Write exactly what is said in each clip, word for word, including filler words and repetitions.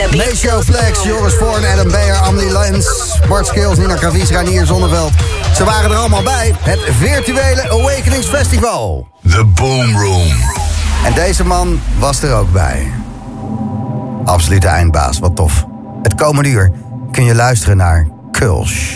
Maceo Flex, Joris Voorn, Adam Beyer, Amelie Lens, Bart Skills, Nina Kavies, Reinier Zonneveld. Ze waren er allemaal bij. Het virtuele Awakenings Festival. The Boom Room. En deze man was er ook bij. Absolute eindbaas, wat tof. Het komende uur kun je luisteren naar Kulsh.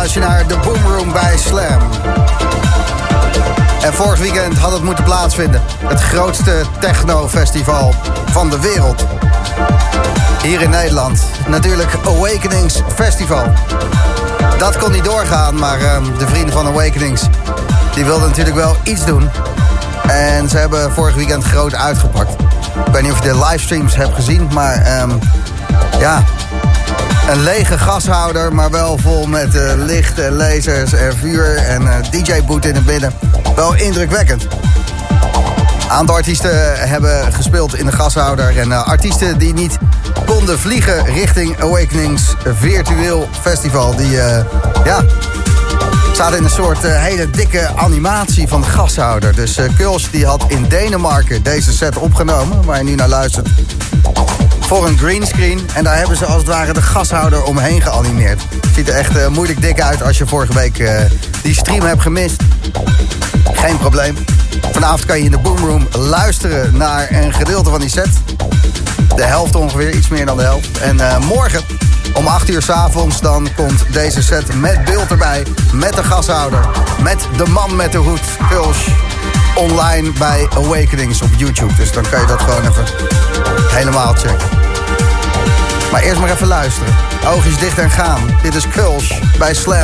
luister je naar de Boom Room bij Slam. En vorig weekend had het moeten plaatsvinden. Het grootste techno-festival van de wereld. Hier in Nederland. Natuurlijk Awakenings Festival. Dat kon niet doorgaan, maar uh, de vrienden van Awakenings... die wilden natuurlijk wel iets doen. En ze hebben vorig weekend groot uitgepakt. Ik weet niet of je de livestreams hebt gezien, maar... Um, ja... Een lege gashouder, maar wel vol met uh, licht en lasers en vuur en uh, D J-boot in het midden. Wel indrukwekkend. Een aantal artiesten hebben gespeeld in de gashouder. En uh, artiesten die niet konden vliegen richting Awakenings virtueel festival. Die uh, ja, zaten in een soort uh, hele dikke animatie van de gashouder. Dus uh, Kulsch die had in Denemarken deze set opgenomen, waar je nu naar luistert. Voor een greenscreen. En daar hebben ze als het ware de gashouder omheen geanimeerd. Ziet er echt uh, moeilijk dik uit als je vorige week uh, die stream hebt gemist. Geen probleem. Vanavond kan je in de Boom Room luisteren naar een gedeelte van die set. De helft ongeveer, iets meer dan de helft. En uh, morgen om acht uur 's avonds dan komt deze set met beeld erbij. Met de gashouder. Met de man met de hoed, Kulsch. Online bij Awakenings op YouTube. Dus dan kan je dat gewoon even helemaal checken. Maar eerst maar even luisteren. Oogjes dicht en gaan. Dit is Kulsch bij Slam.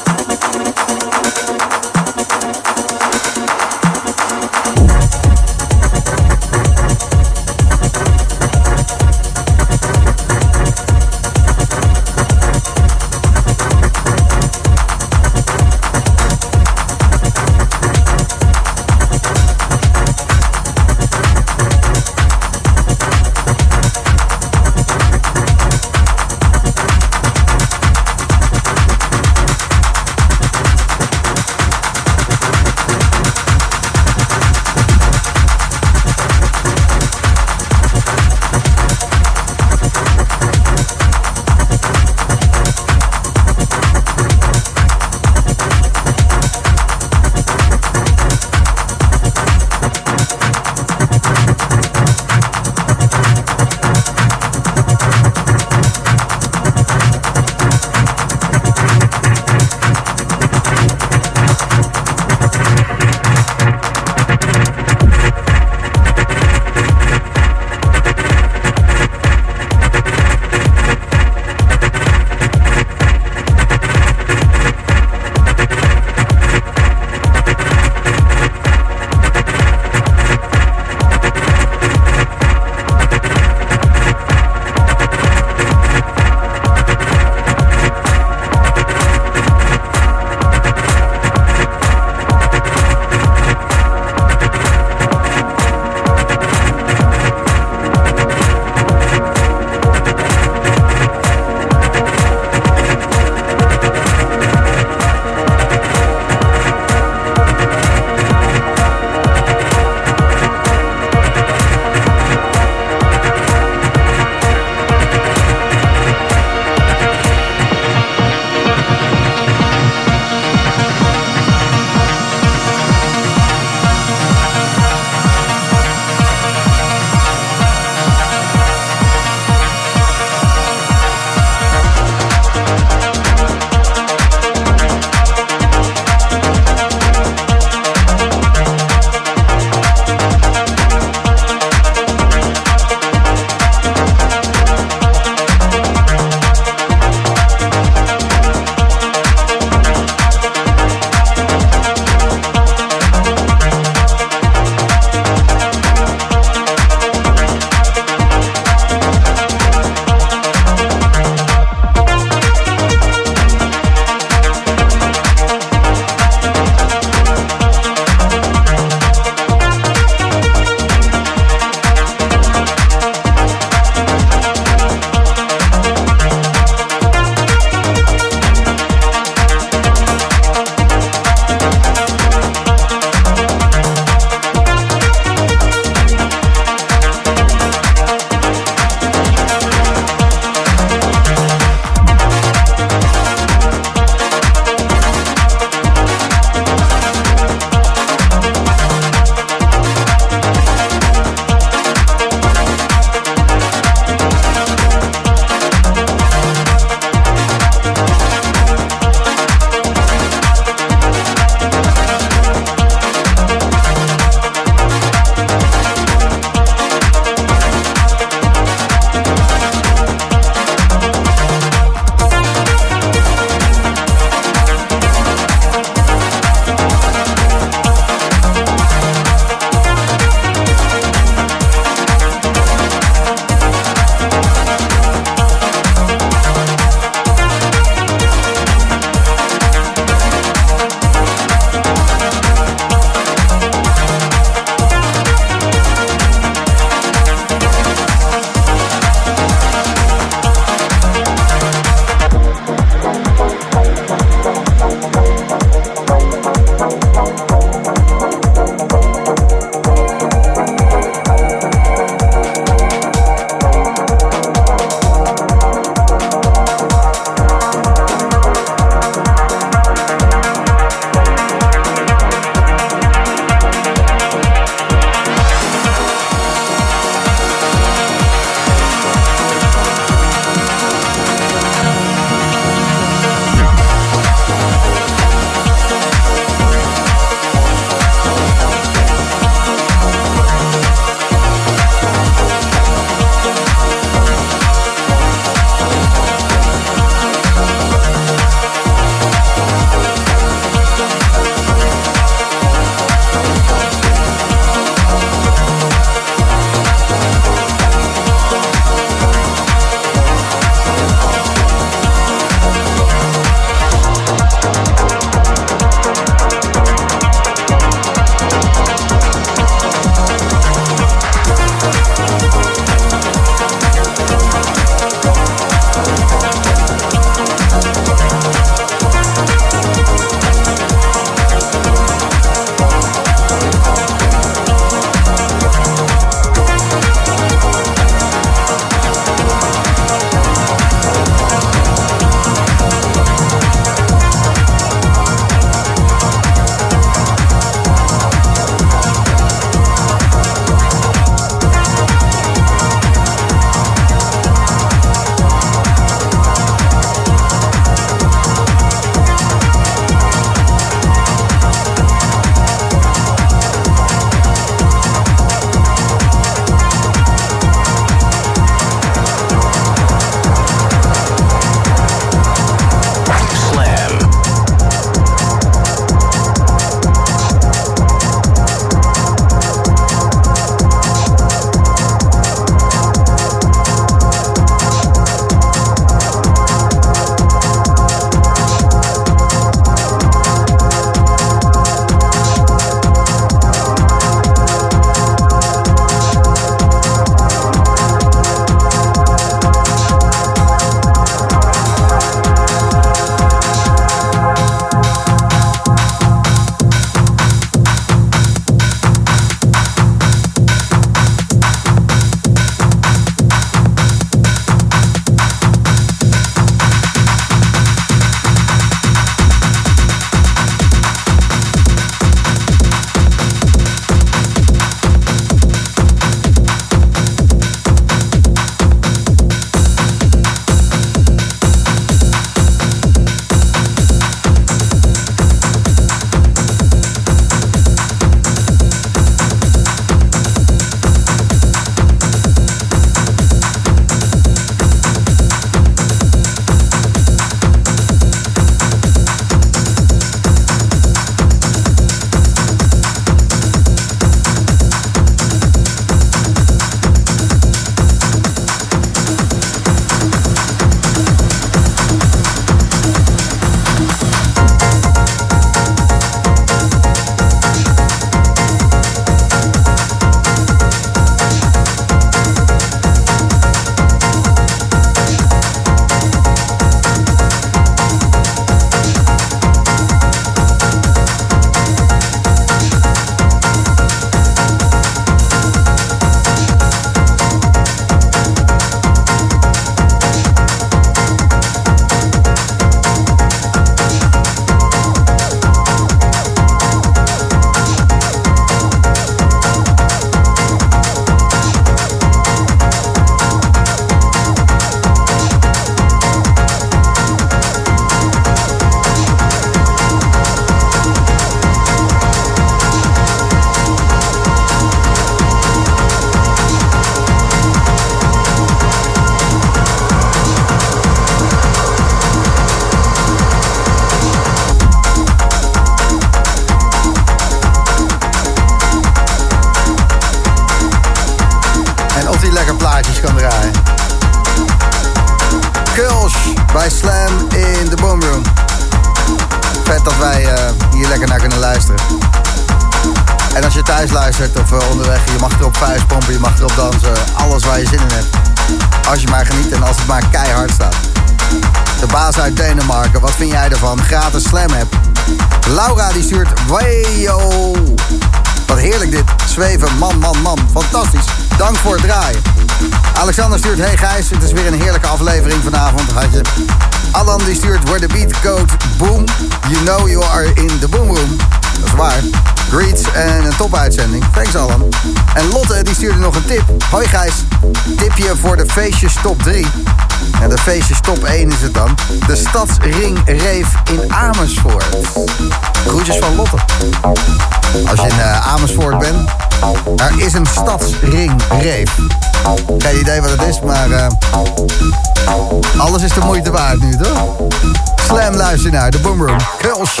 bij Slam in de Boomroom. Vet dat wij uh, hier lekker naar kunnen luisteren. En als je thuis luistert of uh, onderweg, je mag erop vuist pompen, je mag erop dansen. Alles waar je zin in hebt. Als je maar geniet en als het maar keihard staat. De baas uit Denemarken, wat vind jij ervan? Gratis Slam app. Laura die stuurt, wayo. Wat heerlijk dit. Zweven, man, man, man. Fantastisch. Dank voor het draaien. Alexander stuurt, hey Gijs, het is weer een heerlijke aflevering vanavond. Had je. Alan die stuurt, where the beat goes boom, you know you are in the boomroom. Dat is waar. Greets en een topuitzending. Thanks Alan. En Lotte die stuurde nog een tip. Hoi Gijs, tipje voor de feestjes top drie. En de feestjes top één is het dan. De Stadsring Rave in Amersfoort. Groetjes van Lotte. Als je in uh, Amersfoort bent, er is een Stadsring Rave. Geen idee wat het is, maar uh, alles is de moeite waard nu, toch? Slam, luister naar de Boomroom. Kulsch.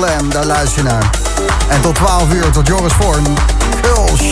Slam, daar luister je naar. En tot twaalf uur, tot Joris Voorn. Kulsch.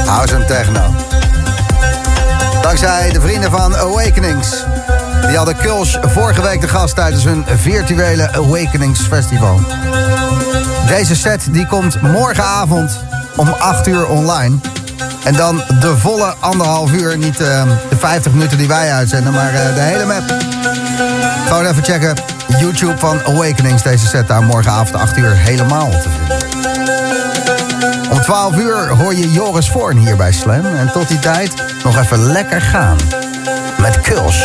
House en techno. Dankzij de vrienden van Awakenings. Die hadden Kulsch vorige week de gast tijdens hun virtuele Awakenings Festival. Deze set die komt morgenavond om acht uur online. En dan de volle anderhalf uur. Niet uh, de vijftig minuten die wij uitzenden, maar uh, de hele map. Gewoon even checken. YouTube van Awakenings. Deze set daar morgenavond acht uur helemaal te vinden. Om twaalf uur hoor je Joris Voorn hier bij Slam. En tot die tijd nog even lekker gaan. Met Kulsch.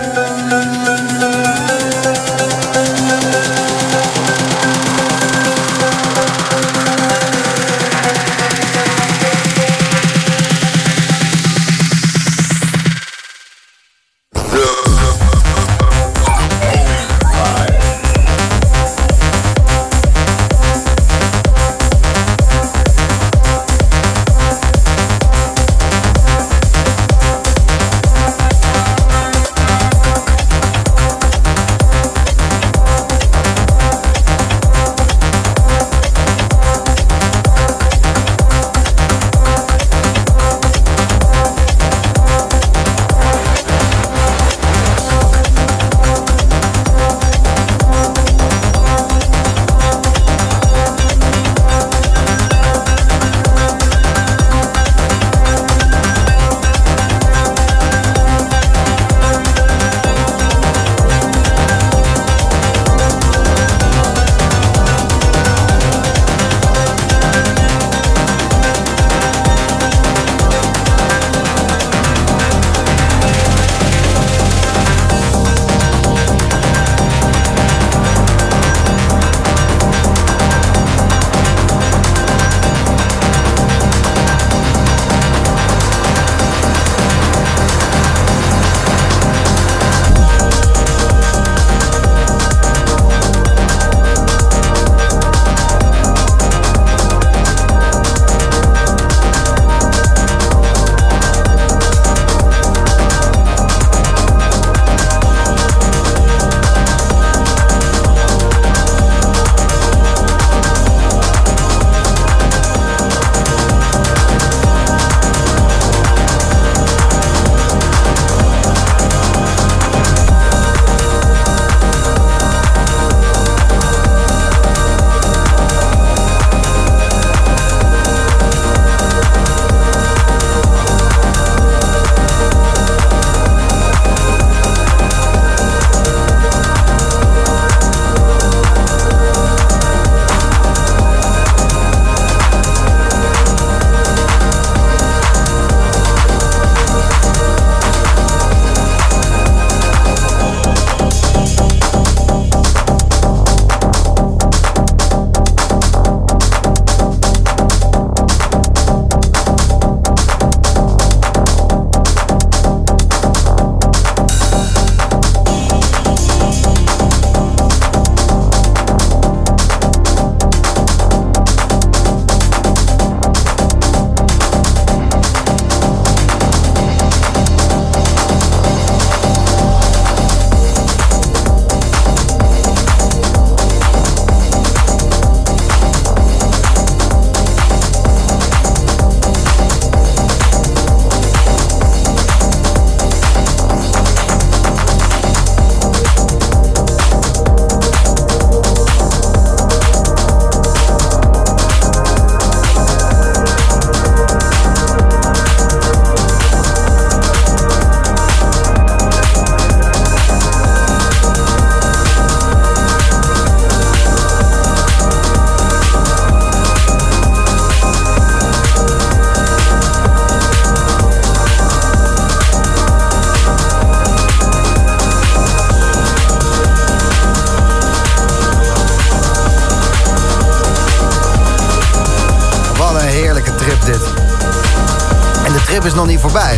trip is nog niet voorbij.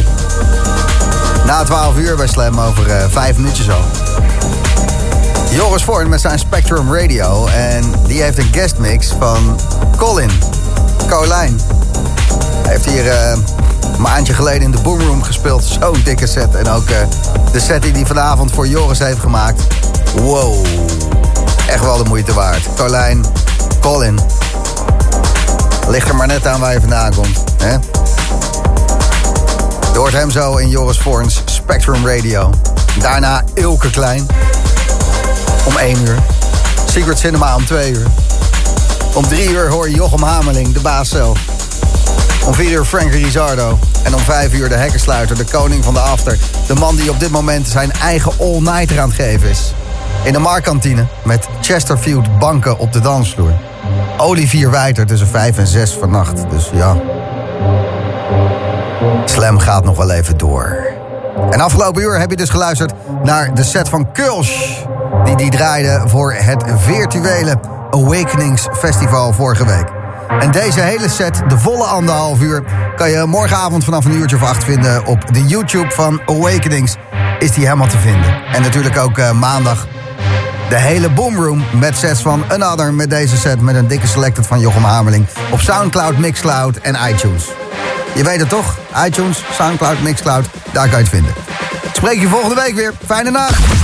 Na twaalf uur bij Slam over uh, vijf minuutjes al. Joris Voorn met zijn Spectrum Radio. En die heeft een guestmix van Colin. Colijn. Hij heeft hier uh, een maandje geleden in de Boomroom gespeeld. Zo'n dikke set. En ook uh, de set die hij vanavond voor Joris heeft gemaakt. Wow. Echt wel de moeite waard. Colijn, Colin. Ligt er maar net aan waar je vandaan komt. Hè? Je hoort hem zo in Joris Voorns Spectrum Radio. Daarna Ilke Klein. Om één uur. Secret Cinema om twee uur. Om drie uur hoor je Jochem Hameling, de baas zelf. Om vier uur Frankie Rizardo. En om vijf uur de hekkersluiter, de koning van de after. De man die op dit moment zijn eigen all-nighter aan het geven is. In de Marktkantine met Chesterfield banken op de dansvloer. Olivier Wijter tussen vijf en zes vannacht. Dus ja. Slam gaat nog wel even door. En afgelopen uur heb je dus geluisterd naar de set van Kulsch. Die die draaide voor het virtuele Awakenings Festival vorige week. En deze hele set, de volle anderhalf uur, kan je morgenavond vanaf een uurtje of acht vinden op de YouTube van Awakenings. Is die helemaal te vinden. En natuurlijk ook uh, maandag de hele Boomroom met sets van Another met deze set met een dikke selected van Jochem Hameling op Soundcloud, Mixcloud en iTunes. Je weet het toch? iTunes, Soundcloud, Mixcloud, daar kan je het vinden. Ik spreek je volgende week weer. Fijne nacht!